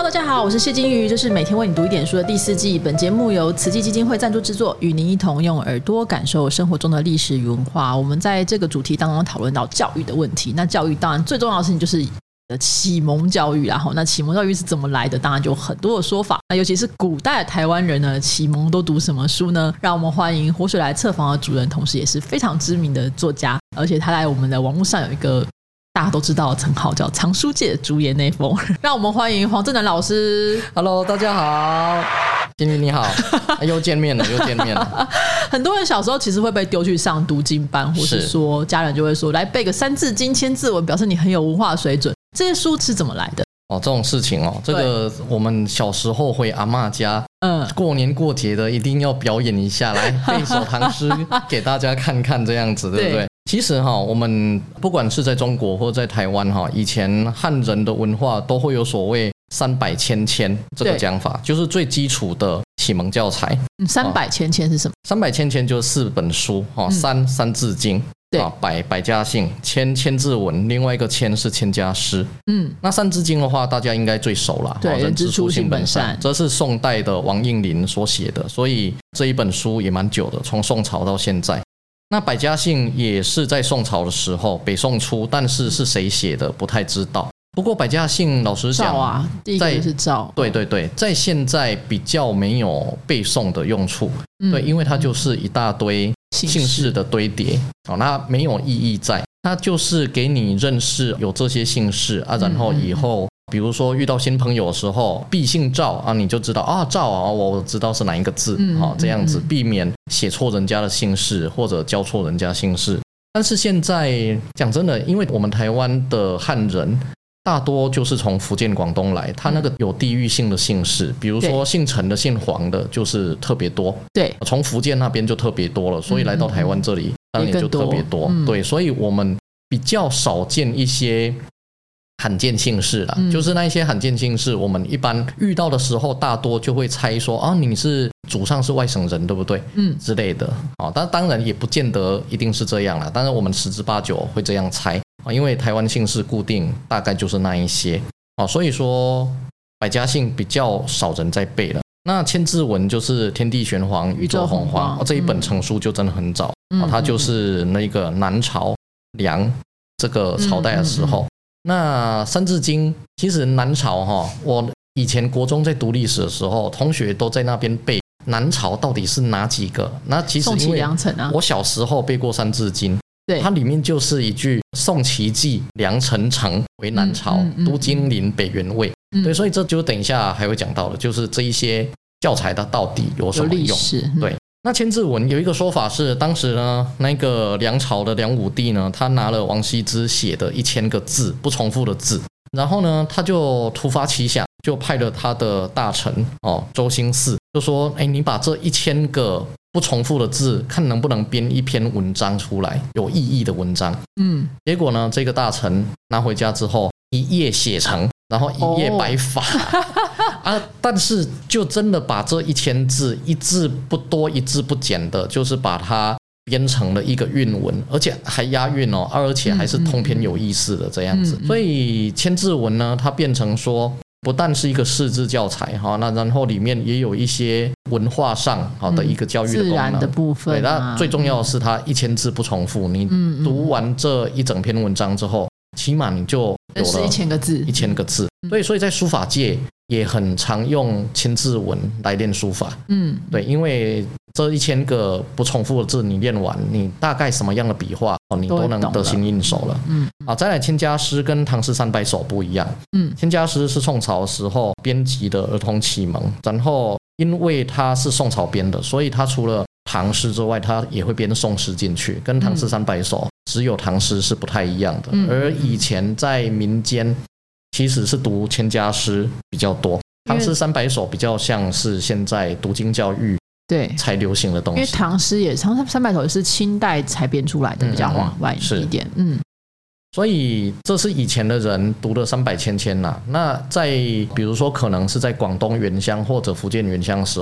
大家好，我是谢金鱼，这是每天为你读一点书的第4季。本节目由慈济基金会赞助制作，与您一同用耳朵感受生活中的历史与文化。我们在这个主题当中讨论到教育的问题，那教育当然最重要的事情就是启蒙教育啦。那启蒙教育是怎么来的？当然就有很多的说法。那尤其是古代的台湾人呢，启蒙都读什么书呢？让我们欢迎活水来测访的主人，同时也是非常知名的作家，而且他在我们的网络上有一个大家都知道的称号叫藏书界的竹野内丰。让我们欢迎黄正南老师。 Hello， 大家好，金鱼你好。又见面了。 很多人小时候其实会被丢去上读经班，或是说家人就会说来背个三字经千字文，表示你很有文化水准。这些书是怎么来的？ 这种事情这个我们小时候回阿嬷家，过年过节的一定要表演一下，来背首唐诗给大家看看，这样子对不对？其实我们不管是在中国或在台湾以前汉人的文化都会有所谓300千千这个讲法，就是最基础的启蒙教材。 300千千是什么 ？300千千就是4本书，三字经，百家姓，千字文，另外一个千是千家诗。那三字经的话，大家应该最熟了。 对，人之初性本善， 这是宋代的王应麟所写的，所以这一本书也蛮久的，从宋朝到现在。那百家姓也是在宋朝的时候，北宋初，但是是谁写的不太知道。不过百家姓老实讲， 第一个是赵， 对，在现在比较没有背诵的用处，对，因为它就是一大堆姓氏的堆叠，那没有意义在，它就是给你认识有这些姓氏啊，然后以后比如说遇到新朋友的时候，必姓赵啊，你就知道赵我知道是哪一个字，这样子避免写错人家的姓氏或者教错人家姓氏。但是现在讲真的，因为我们台湾的汉人大多就是从福建广东来，他那个有地域性的姓氏，比如说姓陈的姓黄的就是特别多，对，从福建那边就特别多了，所以来到台湾这里当然也就特别多，对，所以我们比较少见一些罕见姓氏啦，就是那一些罕见姓氏，我们一般遇到的时候，大多就会猜说你是祖上是外省人，对不对？之类的。但当然也不见得一定是这样啦，但是我们10之8九会这样猜，因为台湾姓氏固定大概就是那一些，所以说百家姓比较少人在背了。那千字文就是天地玄黄，宇宙洪荒，这一本成书就真的很早，它就是那个南朝梁这个朝代的时候。那三字经其实南朝我以前国中在读历史的时候，同学都在那边背南朝到底是哪几个。那其实因为我小时候背过三字经，它里面就是一句宋齐纪梁陈城为南朝，都金陵北元魏，对，所以这就等一下还会讲到的，就是这一些教材它到底有什么用。对，那千字文有一个说法是，当时呢，那个梁朝的梁武帝呢，他拿了王羲之写的1000个字不重复的字，然后呢，他就突发奇想，就派了他的大臣周兴嗣，就说：你把这1000个不重复的字，看能不能编一篇文章出来，有意义的文章。结果呢，这个大臣拿回家之后，一页写成，然后一页白发。但是就真的把这1000字一字不多一字不减的，就是把它编成了一个韵文，而且还押韵而且还是通篇有意思的这样子。所以千字文呢，它变成说不但是一个识字教材那然后里面也有一些文化上的一个教育的功能， 自然的部分。 对，那最重要的是它1000字不重复，你读完这一整篇文章之后，起码你就有了 1000个字 ，1000个字。所以在书法界也很常用千字文来练书法。对，因为这1000个不重复的字你练完，你大概什么样的笔画你都能得心应手了。再来千家诗跟唐诗300首不一样。千家诗是宋朝的时候编辑的儿童启蒙，然后因为它是宋朝编的，所以它除了唐诗之外，它也会编宋诗进去，跟唐诗300首只有唐诗是不太一样的。而以前在民间其实是读千家诗比较多，唐诗300首比较像是现在读经教育才流行的东西。 因为唐诗300首也是清代才编出来的，比较晚一点。 所以这是以前的人读的300千千啦。那在比如说可能是在广东原乡或者福建原乡的时候，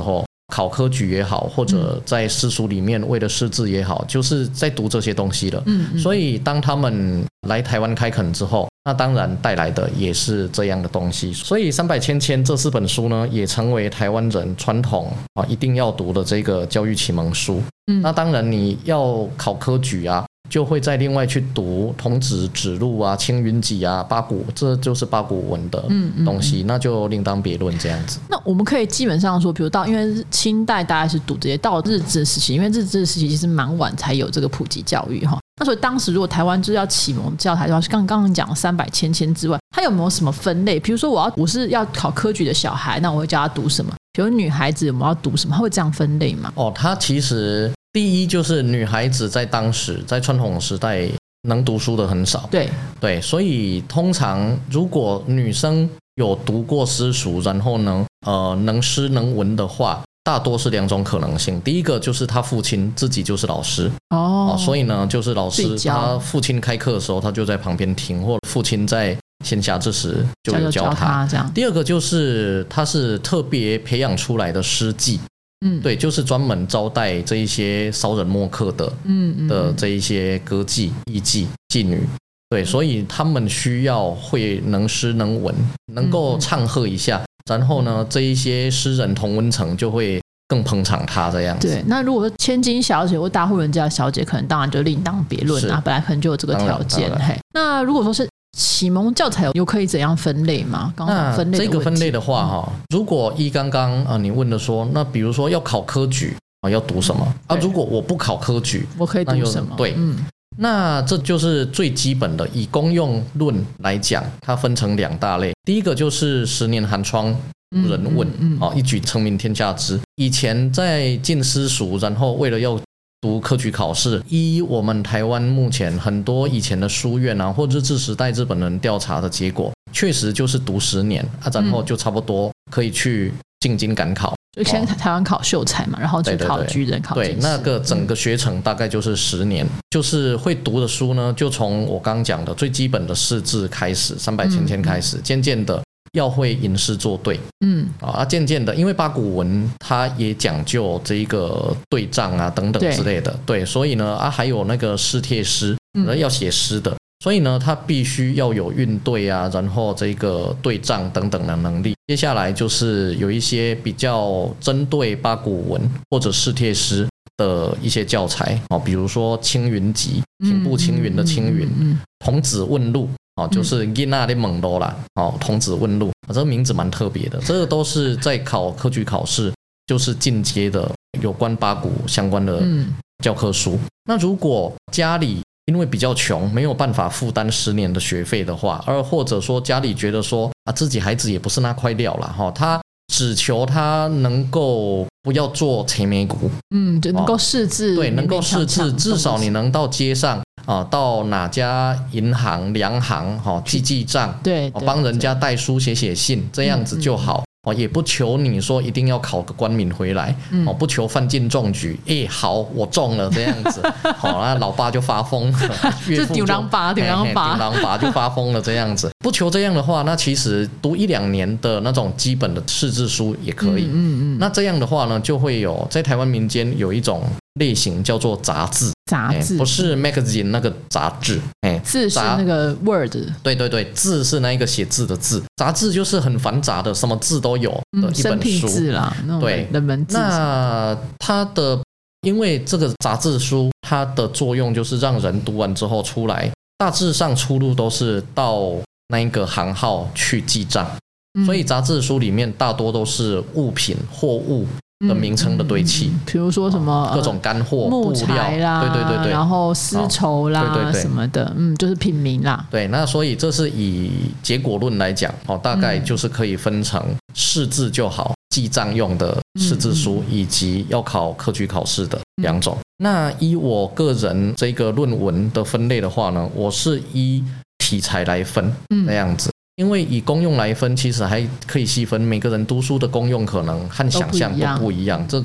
考科举也好，或者在私塾里面为了识字也好，就是在读这些东西了。所以当他们来台湾开垦之后，那当然带来的也是这样的东西。所以300千千这4本书呢，也成为台湾人传统一定要读的这个教育启蒙书。那当然你要考科举啊，就会再另外去读童子指路啊、青云集啊、八股，这就是八股文的东西，那就另当别论这样子。 那我们可以基本上说，比如到因为清代大概是读这些，到日治时期，因为日治时期其实蛮晚才有这个普及教育哈。那所以当时如果台湾就是要启蒙教材的话，刚刚讲300千千之外，它有没有什么分类？比如说我是要考科举的小孩，那我会教他读什么？比如女孩子我们要读什么？他会这样分类吗？ 它其实第一就是女孩子在当时在传统时代能读书的很少，对，所以通常如果女生有读过私塾，然后呢能诗能文的话，大多是2种可能性。第一个就是他父亲自己就是老师所以呢就是老师他父亲开课的时候他就在旁边听，或者父亲在闲暇之时就有教他这样。 第二个就是他是特别培养出来的师妓，对，就是专门招待这一些骚人墨客的这一些歌妓、艺妓、妓女，对，所以他们需要会能诗能文，能够唱和一下，然后呢，这一些诗人同温层就会更捧场他这样子。 对，那如果说千金小姐或大户人家的小姐，可能当然就另当别论啊，本来可能就有这个条件。那如果说是启蒙教材有可以怎样分类吗？刚刚分类的这个分类的话如果依刚刚你问的说，那比如说要考科举要读什么如果我不考科举， 我可以读什么？ 对，那这就是最基本的。以公用论来讲，它分成2大类。第一个就是10年寒窗无人问一举成名天下知。以前在进私塾，然后为了要读科举考试，依我们台湾目前很多以前的书院或日治时代日本人调查的结果，确实就是读10年然后就差不多可以去进京赶考。 就现在台湾考秀才嘛，然后去考举人、考进士。 对，那个整个学程大概就是10年，就是会读的书呢，就从我刚讲的最基本的识字开始，300千千开始，渐渐的要会吟诗作对，渐渐的，因为八股文它也讲究这一个对仗等等之类的，对，所以呢还有那个诗帖诗，要写诗的。所以呢，他必须要有韵对然后这个对仗等等的能力。接下来就是有一些比较针对八股文或者诗帖诗的一些教材比如说青云集，平步青云的青云，童子问路就是囡仔的问路啦童子问路这个名字蛮特别的。这个都是在考科举考试就是进阶的有关八股相关的教科书。那如果家里因为比较穷，没有办法负担10年的学费的话，或者说家里觉得说自己孩子也不是那块料啦他只求他能够不要做青梅骨， 就能够识字， 对，能够识字，至少你能到街上到哪家银行、粮行记账， 对， 帮人家带书写信，这样子就好。也不求你说一定要考个官名回来，不求范进中举，好，我中了这样子，那老爸就发疯了，岳父就顶郎就发疯了这样子。不求这样的话，那其实读1-2年的那种基本的识字书也可以。那这样的话呢，就会有在台湾民间有一种类型叫做杂志，不是 magazine 那个杂志， 字是那个 word， 对，字是那一个写字的字，杂志就是很繁杂的，什么字都有的一本书， 字啦，对，人文字。 那它的因为这个杂志书，它的作用就是让人读完之后出来，大致上出入都是到那一个行号去记账，所以杂志书里面大多都是物品货物的名称的堆砌， 比如说什么各种干货、 木材啦，对，然后丝绸啦，什么的，就是品名啦。 对，那所以这是以结果论来讲，大概就是可以分成识字就好、记账用的识字书，以及要考科举考试的2种。那依我个人这个论文的分类的话呢，我是依题材来分那样子。因为以功用来分，其实还可以细分，每个人读书的功用可能和想象都不一样。这个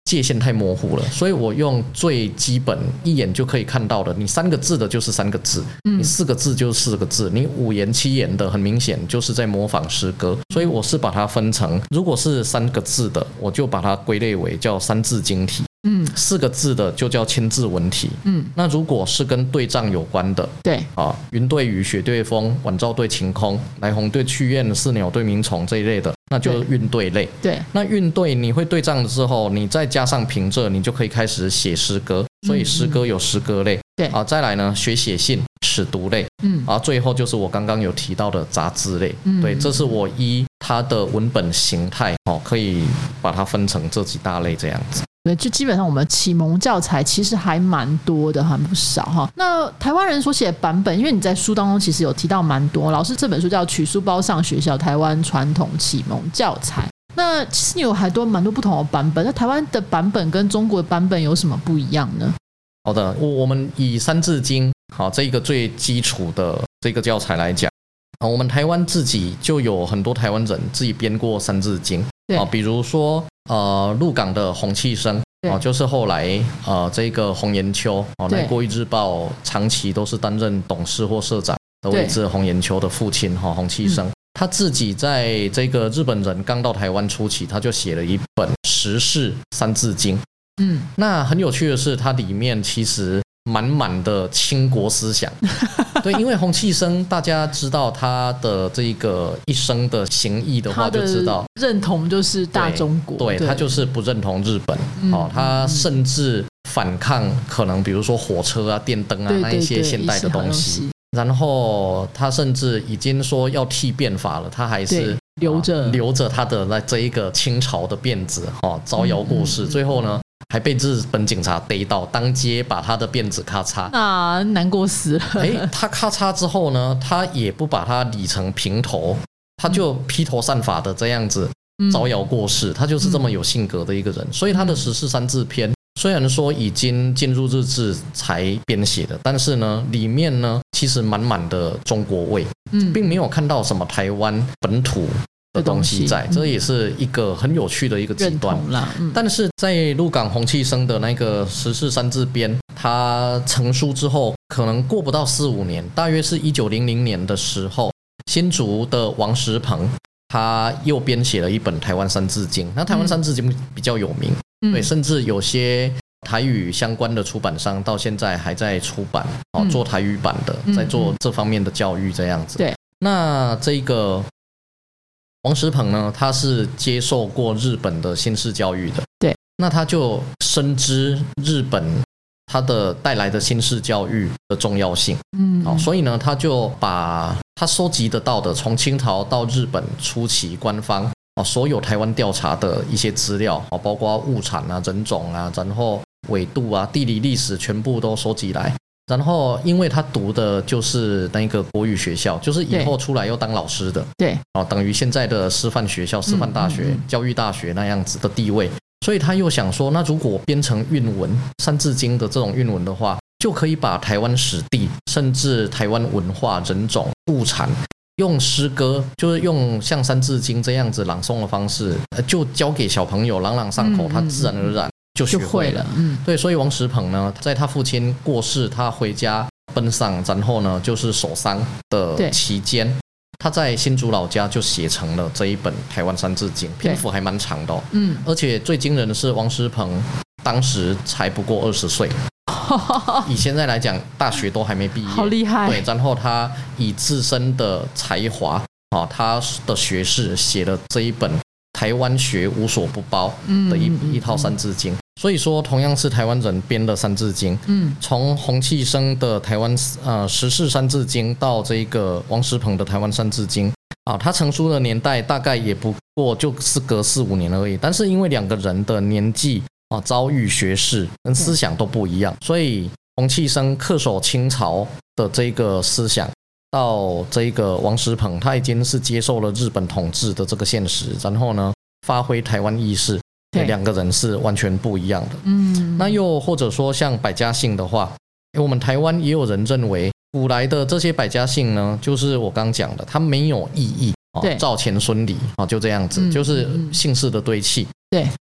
界限太模糊了，所以我用最基本一眼就可以看到的，你3个字的就是3个字，你4个字就是4个字，你5言7言的很明显就是在模仿诗歌，所以我是把它分成，如果是3个字的，我就把它归类为叫三字经体。4个字的就叫千字文体。那如果是跟对仗有关的， 对啊，云对雨，雪对风，晚照对晴空，来鸿对去雁，似鸟对鸣虫这一类的，那就韵对类。 对， 那韵对你会对仗之后，你再加上平仄，你就可以开始写诗歌。所以诗歌有诗歌类。 对啊，再来呢，学写信，尺牍类。最后就是我刚刚有提到的杂字类。对，这是我依它的文本形态可以把它分成这几大类这样子。 对，就基本上我们启蒙教材其实还蛮多的，还不少哈。那台湾人所写的版本，因为你在书当中其实有提到蛮多，老师这本书叫《取书包上学校台湾传统启蒙教材》。那其实你有蛮多不同的版本，那台湾的版本跟中国的版本有什么不一样呢？ 好的，我们以三字经这一个最基础的这个教材来讲，我们台湾自己就有很多台湾人自己编过三字经。比如说鹿港的洪弃生，就是后来这个洪延秋，来国语日报长期都是担任董事或社长的位置，洪延秋的父亲洪弃生。他自己在这个日本人刚到台湾初期，他就写了一本时事三字经。那很有趣的是，它里面其实满满的倾国思想。对，因为洪弃生大家知道他的这个一生的行义的话，就知道认同就是大中国。 对，他就是不认同日本。他甚至反抗可能比如说火车啊、电灯啊那一些现代的东西。然后他甚至已经说要剃变法了，他还是留着他的这一个清朝的辫子，招摇过市。最后呢，还被日本警察逮到，当街把他的辫子咔嚓。那难过死了。 他咔嚓之后呢，他也不把它理成平头，他就披头散发的这样子招摇过市。他就是这么有性格的一个人。所以他的时事三字篇虽然说已经进入日治才编写的，但是呢，里面呢其实满满的中国味，并没有看到什么台湾本土的东西在，这也是一个很有趣的一个极端。但是在鹿港洪弃生的那个时事三字编，他成书之后，可能过不到4-5年，大约是1900年的时候，新竹的王石鹏他又编写了一本台湾三字经。那台湾三字经比较有名，对，甚至有些台语相关的出版商到现在还在出版，做台语版的，在做这方面的教育这样子。对，那这个王石鹏呢，他是接受过日本的新式教育的。对，那他就深知日本他的带来的新式教育的重要性。所以呢，他就把他收集得到的从清朝到日本初期官方所有台湾调查的一些资料，包括物产啊、人种啊，然后纬度啊、地理历史全部都收集来。然后因为他读的就是那个国语学校，就是以后出来要当老师的。对，等于现在的师范学校、师范大学、教育大学那样子的地位。所以他又想说，那如果编成韵文，三字经的这种韵文的话，就可以把台湾史地，甚至台湾文化、人种、物产，用诗歌，就是用像三字经这样子朗诵的方式，就教给小朋友朗朗上口，他自然而然就学会了。对，所以王石鹏呢，在他父亲过世，他回家奔丧，然后呢就是守丧的期间，他在新竹老家就写成了这一本台湾三字经，篇幅还蛮长的。而且最惊人的是，王石鹏当时才不过20岁。以现在来讲，大学都还没毕业， 好厉害。 对，然后他以自身的才华，他的学识写了这一本台湾学无所不包的一套三字经。所以说，同样是台湾人编的三字经，从洪弃生的台湾时事三字经到这个王石鹏的台湾三字经他成书的年代大概也不过就是隔4-5年而已，但是因为两个人的年纪遭遇、学识跟思想都不一样，所以洪弃生恪守清朝的这个思想，到这个王石鹏他已经是接受了日本统治的这个现实，然后呢发挥台湾意识，两个人是完全不一样的。那又或者说像百家姓的话，我们台湾也有人认为古来的这些百家姓呢，就是我刚讲的，它没有意义，赵钱孙李就这样子，就是姓氏的堆砌。对，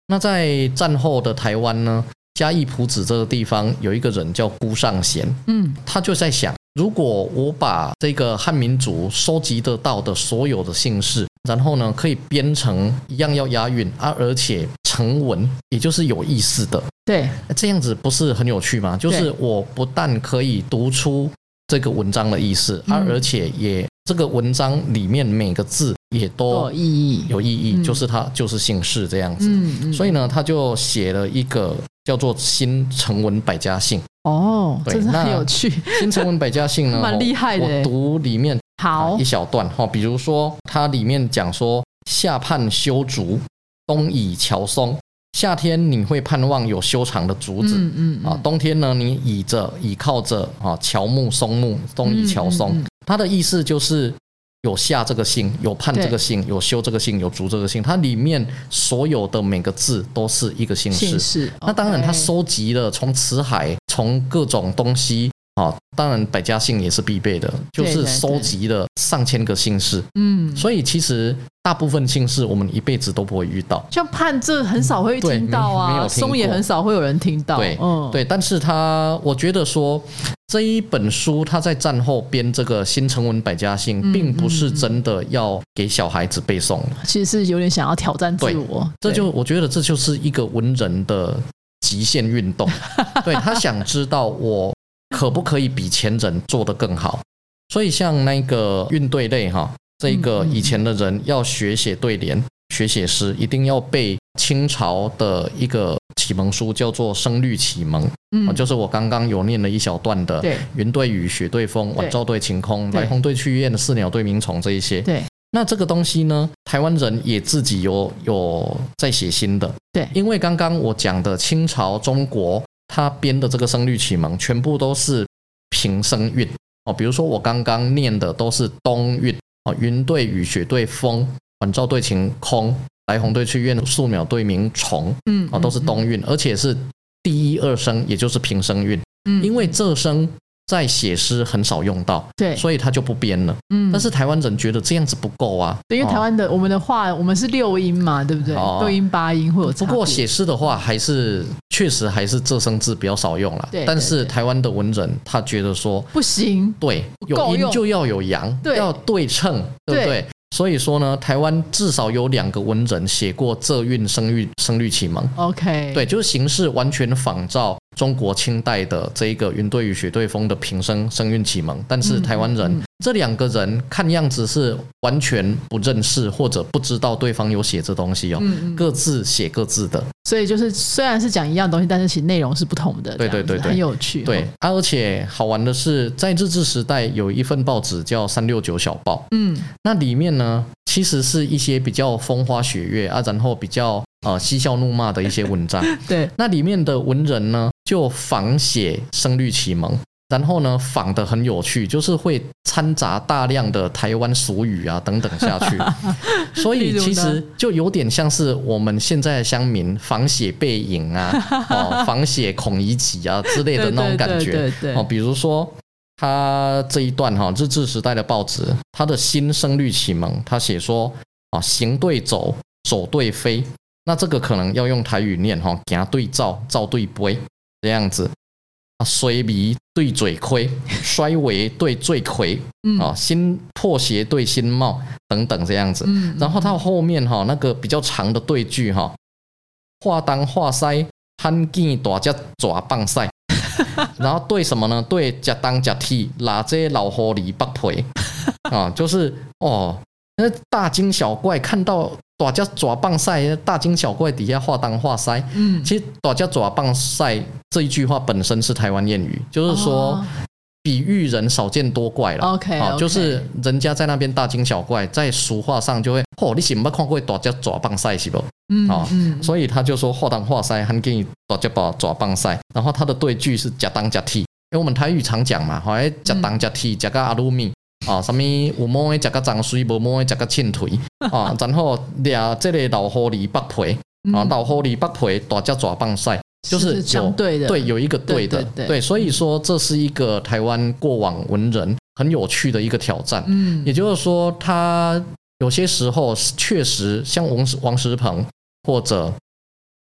那在战后的台湾呢，嘉义埔子这个地方有一个人叫辜尚贤，他就在想，如果我把这个汉民族收集得到的所有的姓氏，然后呢可以编成一样要押韵而且成文，也就是有意思的， 对， 这样子不是很有趣吗？就是我不但可以读出这个文章的意思，而且也这个文章里面每个字也都有意义，就是它就是姓氏这样子。所以呢，他就写了一个叫做《新成文百家姓》。 真是很有趣。 新成文百家姓呢， 蛮厉害的。 我读里面好一小段哈，比如说它里面讲说，夏盼修竹，冬以乔松。夏天你会盼望有修长的竹子，冬天呢你倚靠着乔木松木，冬以乔松。它的意思就是有夏这个姓，有盼这个姓，有修这个姓，有竹这个姓，它里面所有的每个字都是一个姓氏。那当然它收集了从辞海，从各种东西，当然百家姓也是必备的，就是收集了上千个姓氏。所以其实大部分姓氏我们一辈子都不会遇到， 像盼这很少会听到啊，松也很少会有人听到。 对，但是我觉得说这一本书他在战后编这个新成文百家姓，并不是真的要给小孩子背诵， 其实是有点想要挑战自我。 我觉得这就是一个文人的极限运动。对，他想知道我可不可以比前人做得更好。所以像那个韵对类这个以前的人要学写对联，学写诗，一定要背清朝的一个启蒙书，叫做《声律启蒙》，就是我刚刚有念了一小段的云对雨，雪对风，晚照对晴空，来鸿对去雁，似鸟对鸣虫这一些。那这个东西呢，台湾人也自己有在写新的。因为刚刚我讲的清朝中国他编的这个声律启蒙全部都是平声韵，比如说我刚刚念的都是东韵，云对雨，雪对风，晚照对晴空，来鸿对去雁，宿鸟对鸣虫，都是东韵，而且是第一二声，也就是平声韵。因为这声在写诗很少用到，所以他就不编了。但是台湾人觉得这样子不够啊， 因为台湾的我们的话，我们是6音嘛，对不对？6音8音会有差别。 不过写诗的话，确实还是这声字比较少用了。但是台湾的文人他觉得说不行， 对，有音就要有阳，要对称，对不对？所以说呢，台湾至少有2个文人写过这韵声律启蒙。对，就是形式完全仿照中国清代的这一个云对雨，雪对风的平声声韵启蒙，但是台湾人这2个人看样子是完全不认识或者不知道对方有写这东西各自写各自的。 所以就是虽然是讲一样东西，但是其实内容是不同的。对，很有趣。 对，而且好玩的是，在日治时代有一份报纸叫369小报，那里面呢其实是一些比较风花雪月然后比较嬉笑怒骂的一些文章。那里面的文人呢就仿写声律启蒙，然后呢仿得很有趣，就是会掺杂大量的台湾俗语等等下去。所以其实就有点像是我们现在的乡民仿写背影仿写孔乙己之类的那种感觉。比如说他这一段日治时代的报纸，他的新声律启蒙，他写说行对走，走对飞。那这个可能要用台语念行对照，照对杯这样子。衰迷对嘴亏，衰微对最魁，新破鞋对新帽等等这样子。然后到后面那个比较长的对句话当话塞，罕见大只抓棒塞。然后对什么呢？对吃当吃铁，拉这老狐狸北皮就是那大惊小怪看到大只抓棒赛，大惊小怪底下话当话塞。其实大只抓棒赛这一句话本身是台湾谚语，就是说比喻人少见多怪了。就是人家在那边大惊小怪，在俗话上就会你是没看过大只抓棒赛是不？所以他就说话当话塞，很建议大只抓棒赛。然后他的对句是吃当吃铁，因为我们台语常讲嘛，吃当吃铁，吃个阿鲁米。什么有毛的吃个脏水，无毛的吃个欠腿然后俩这个老狐狸北皮老狐狸北皮大只抓棒赛，就是相对的， 有一个对的。对，所以说这是一个台湾过往文人很有趣的一个挑战。也就是说他有些时候确实像王石鹏或者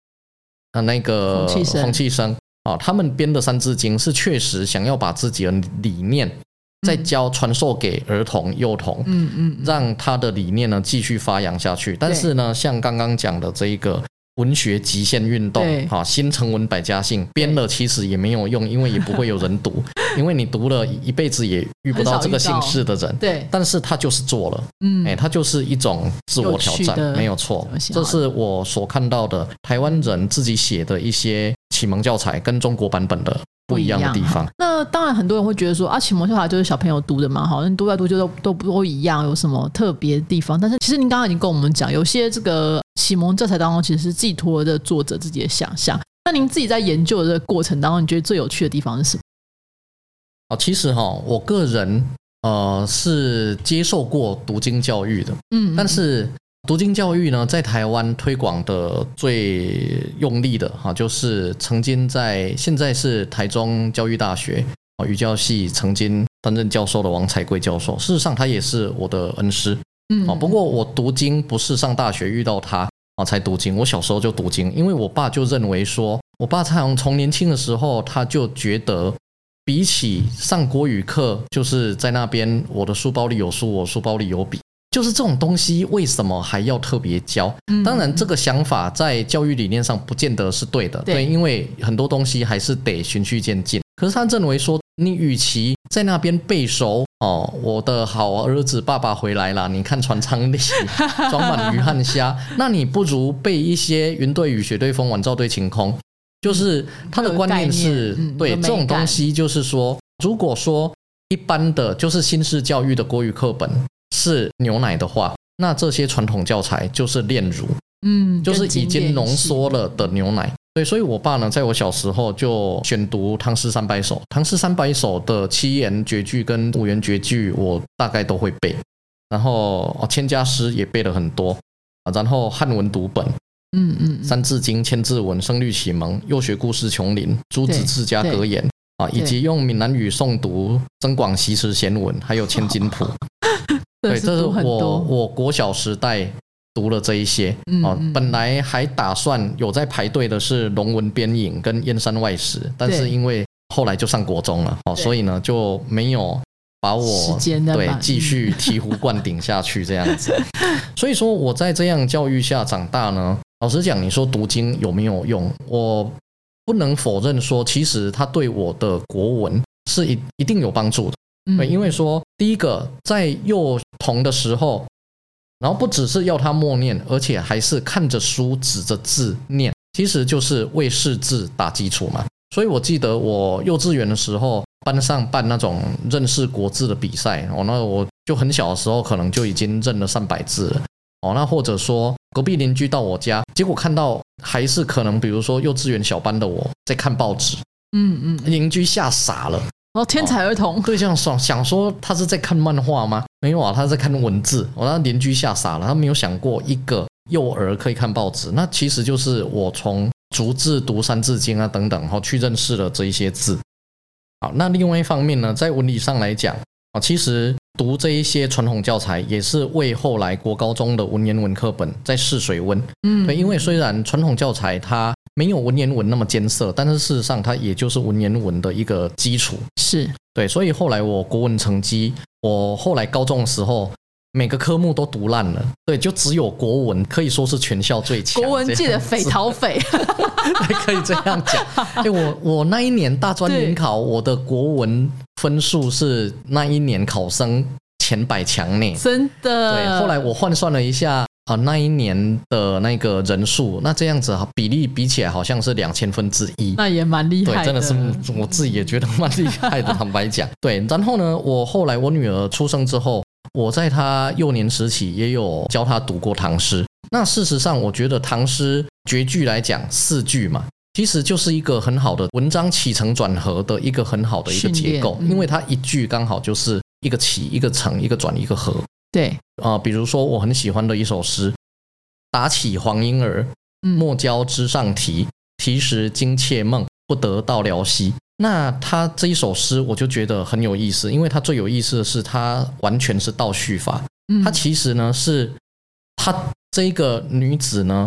那个洪启生他们编的《三字经》是确实想要把自己的理念再传授给儿童幼童，让他的理念呢继续发扬下去。但是呢，像刚刚讲的这一个文学极限运动新成文百家姓编了其实也没有用，因为也不会有人读因为你读了一辈子也遇不到这个姓氏的人。 对， 但是他就是做了，他就是一种自我挑战，没有错。这是我所看到的台湾人自己写的一些启蒙教材跟中国版本的不一样的地方。 那当然很多人会觉得说启蒙教材就是小朋友读的嘛，好像读来读去都一样，有什么特别的地方？但是其实您刚刚已经跟我们讲，有些这个启蒙教材当中其实是寄托的作者自己的想象。那您自己在研究的这个过程当中，你觉得最有趣的地方是什么？ 其实我个人是接受过读经教育的，但是读经教育呢，在台湾推广的最用力的就是曾经现在是台中教育大学语教系曾经担任教授的王才贵教授，事实上他也是我的恩师。不过我读经不是上大学遇到他才读经，我小时候就读经，因为我爸就认为说，我爸从年轻的时候他就觉得比起上国语课，就是在那边我的书包里有书，我书包里有笔，就是这种东西为什么还要特别教？当然这个想法在教育理念上不见得是对的，对，因为很多东西还是得循序渐进。可是他认为说，你与其在那边背熟我的好儿子爸爸回来了，你看船舱里装满鱼和虾，那你不如背一些云对雨雪对风晚照对晴空。就是他的观念是对这种东西，就是说如果说一般的就是新式教育的国语课本是牛奶的话，那这些传统教材就是炼乳，就是已经浓缩了的牛奶。对，所以我爸呢，在我小时候就选读唐诗三百首，唐诗三百首的七言绝句跟五言绝句我大概都会背，然后千家诗也背了很多，然后汉文读本，三字经、千字文、声律启蒙、幼学故事琼林、诸子治家格言以及用闽南语诵读增广习词贤文，还有千金谱。对，这是我国小时代读了这一些。本来还打算有在排队的是龙文编引跟燕山外史，但是因为后来就上国中了，所以呢就没有把我继续醍醐灌顶下去这样子。所以说我在这样教育下长大呢，老实讲，你说读经有没有用？我不能否认说，其实它对我的国文是一定有帮助的。对，因为说第一个在幼童的时候，然后不只是要他默念，而且还是看着书指着字念，其实就是为识字打基础嘛。所以我记得我幼稚园的时候，班上办那种认识国字的比赛，那我就很小的时候可能就已经认了300字了。那或者说隔壁邻居到我家，结果看到还是可能比如说幼稚园小班的我在看报纸，邻居吓傻了。 天才儿童， 对，这样想说他是在看漫画吗？没有啊，他在看文字。那邻居吓傻了，他没有想过一个幼儿可以看报纸。那其实就是我从逐字读三字经啊等等，去认识了这一些字。好，那另外一方面呢，在文理上来讲，其实读这一些传统教材也是为后来国高中的文言文课本在试水温。对，因为虽然传统教材它没有文言文那么艰涩，但是事实上它也就是文言文的一个基础。 是， 对，所以后来我国文成绩，我后来高中的时候每个科目都读烂了，对，就只有国文可以说是全校最强。 国文界的匪逃匪， 可以这样讲。我那一年大专联考，我的国文分数是那一年考生前100强内， 真的。 对，后来我换算了一下。那一年的那个人数，那这样子比例比起来好像是1/2000，那也蛮厉害的。 对，真的是我自己也觉得蛮厉害的，坦白讲。对，然后呢，我后来我女儿出生之后，我在她幼年时期也有教她读过唐诗。那事实上，我觉得唐诗绝句来讲4句嘛，其实就是一个很好的文章起承转合的一个很好的一个结构，因为它一句刚好就是一个起、一个承、一个转、一个合。 对， 比如说我很喜欢的一首诗，打起黄莺儿，莫教枝上啼，啼时惊妾梦，不得到辽西。那他这一首诗我就觉得很有意思，因为他最有意思的是他完全是倒叙法。他其实呢是他这个女子呢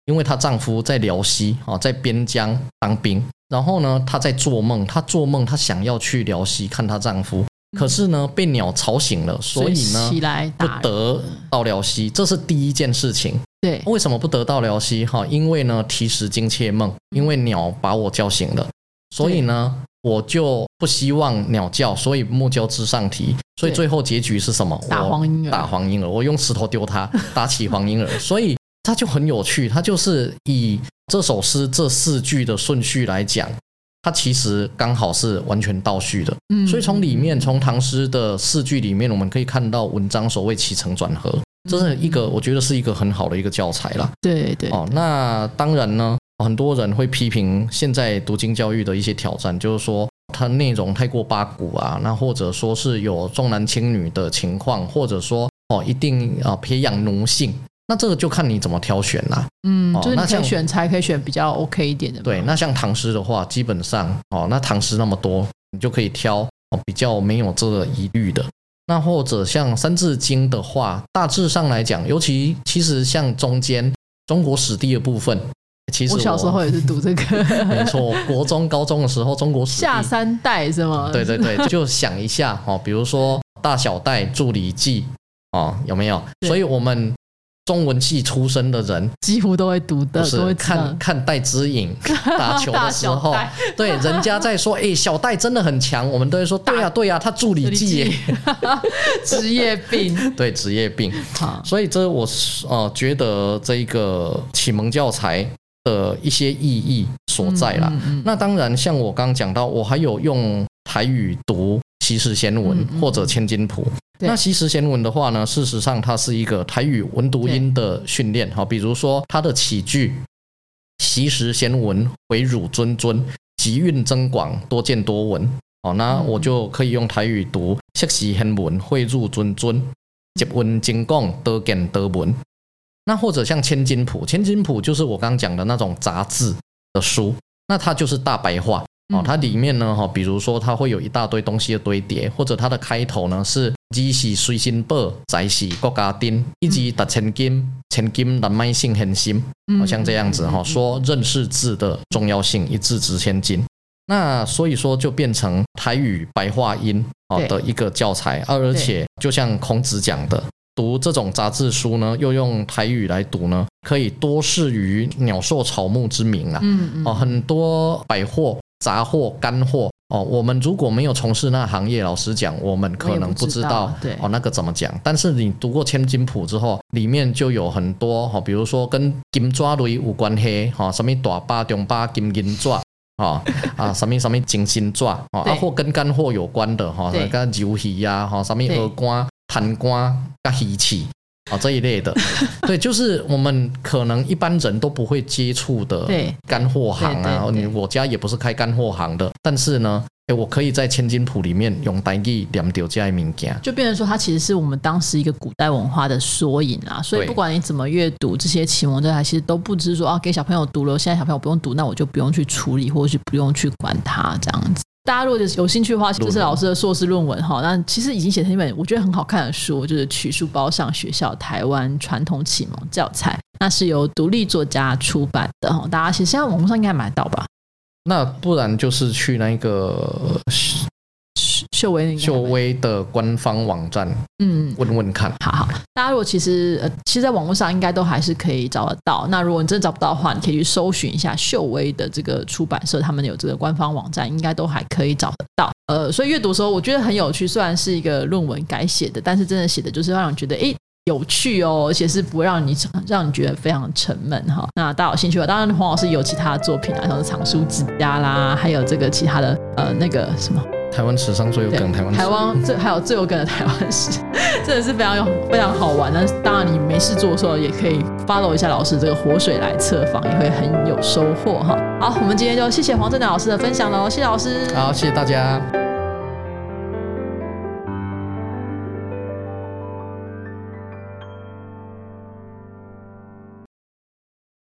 因为她丈夫在辽西在边疆当兵，然后呢她在做梦，她想要去辽西看她丈夫，可是呢被鸟吵醒了，所以呢不得到辽西，这是第一件事情。 对， 为什么不得到辽西？因为呢提食惊切梦，因为鸟把我叫醒了，所以呢我就不希望鸟叫，所以木交之上提，所以最后结局是什么？ 打黄婴儿，我用石头丢他，打起黄婴儿。所以它就很有趣，它就是以这首诗这4句的顺序来讲，它其实刚好是完全倒叙的。所以从唐诗的4句里面，我们可以看到文章所谓起承转合，这是一个我觉得是一个很好的一个教材啦。 对， 那当然呢，很多人会批评现在读经教育的一些挑战，就是说它内容太过八股啊，那或者说是有重男轻女的情况，或者说一定培养奴性，那这个就看你怎么挑选啦。 就是你可以选才可以选比较 OK 一点的。 对，那像唐诗的话，基本上那唐诗那么多，你就可以挑比较没有这个疑虑的。那或者像三字经的话，大致上来讲，其实像中间中国史地的部分，其实我小时候也是读这个没错，国中高中的时候中国史地下3代是吗？ 对，就想一下比如说大小戴注礼记有没有？所以我们中文系出身的人几乎都会读的， 都会看戴之颖打球的时候对，人家在说小戴真的很强，我们都会说对啊他助理记耶职业病对，职业病。所以这我觉得这个启蒙教材的一些意义所在啦。那当然像我刚讲到，我还有用台语读习时贤文或者千金谱。那习时贤文的话呢，事实上它是一个台语文读音的训练，比如说它的起句习时贤文回汝谆谆，集韵增广多见多闻。那我就可以用台语读习时贤文回汝谆谆，集韵增广多见多闻。那或者像千金谱，千金谱就是我刚刚讲的那种杂志的书，那它就是大白话。它里面呢，比如说它会有一大堆东西的堆叠，或者它的开头呢是只是随身宝，在是国家丁，一直达千金，千金难买性很心，像这样子说认识字的重要性，一字值千金。那所以说就变成台语白话音的一个教材，而且就像孔子讲的，读这种杂志书呢，又用台语来读呢，可以多识于鸟兽草木之名啦。很多百货杂货干货我们如果没有从事那行业，老实讲我们可能不知道那个怎么讲。但是你读过千金谱之后，里面就有很多比如说跟金爪类有关系什么大巴中巴金银爪什么金星爪或跟干货有关的跟鱿鱼啊什么鹅肝盘肝跟鱼翅这一类的对，就是我们可能一般人都不会接触的干货行啊。我家也不是开干货行的，但是呢我可以在千金谱里面用台语念到这些东西， 就变成说它其实是我们当时一个古代文化的缩影啦。所以不管你怎么阅读这些启蒙教材，其实都不只是说给小朋友读了，现在小朋友不用读，那我就不用去处理，或是不用去管它这样子。大家如果有兴趣的话，这是老师的硕士论文那其实已经写成一本我觉得很好看的书，就是《取书包上学校台湾传统启蒙教材》，那是由独立作家出版的大家其实现在网络上应该买到吧。 那不然就是去那个秀威的官方网站问问看。 好，大家如果其实在网络上应该都还是可以找得到。那如果你真的找不到的话，你可以去搜寻一下秀威的这个出版社，他们有这个官方网站，应该都还可以找得到。所以阅读的时候我觉得很有趣，虽然是一个论文改写的，但是真的写的就是让你觉得有趣而且是不会让你觉得非常沉闷那大家有兴趣吧？当然黄老师有其他的作品像是藏书之家啦，还有这个其他的那个什么台湾史上最有梗台湾还有最有梗的台湾史真的是非常好玩。那当然你没事做的时候也可以 follow 一下老师这个活水来测访，也会很有收获好，我们今天就谢谢黄正南老师的分享咯，谢谢老师。 好，谢谢大家。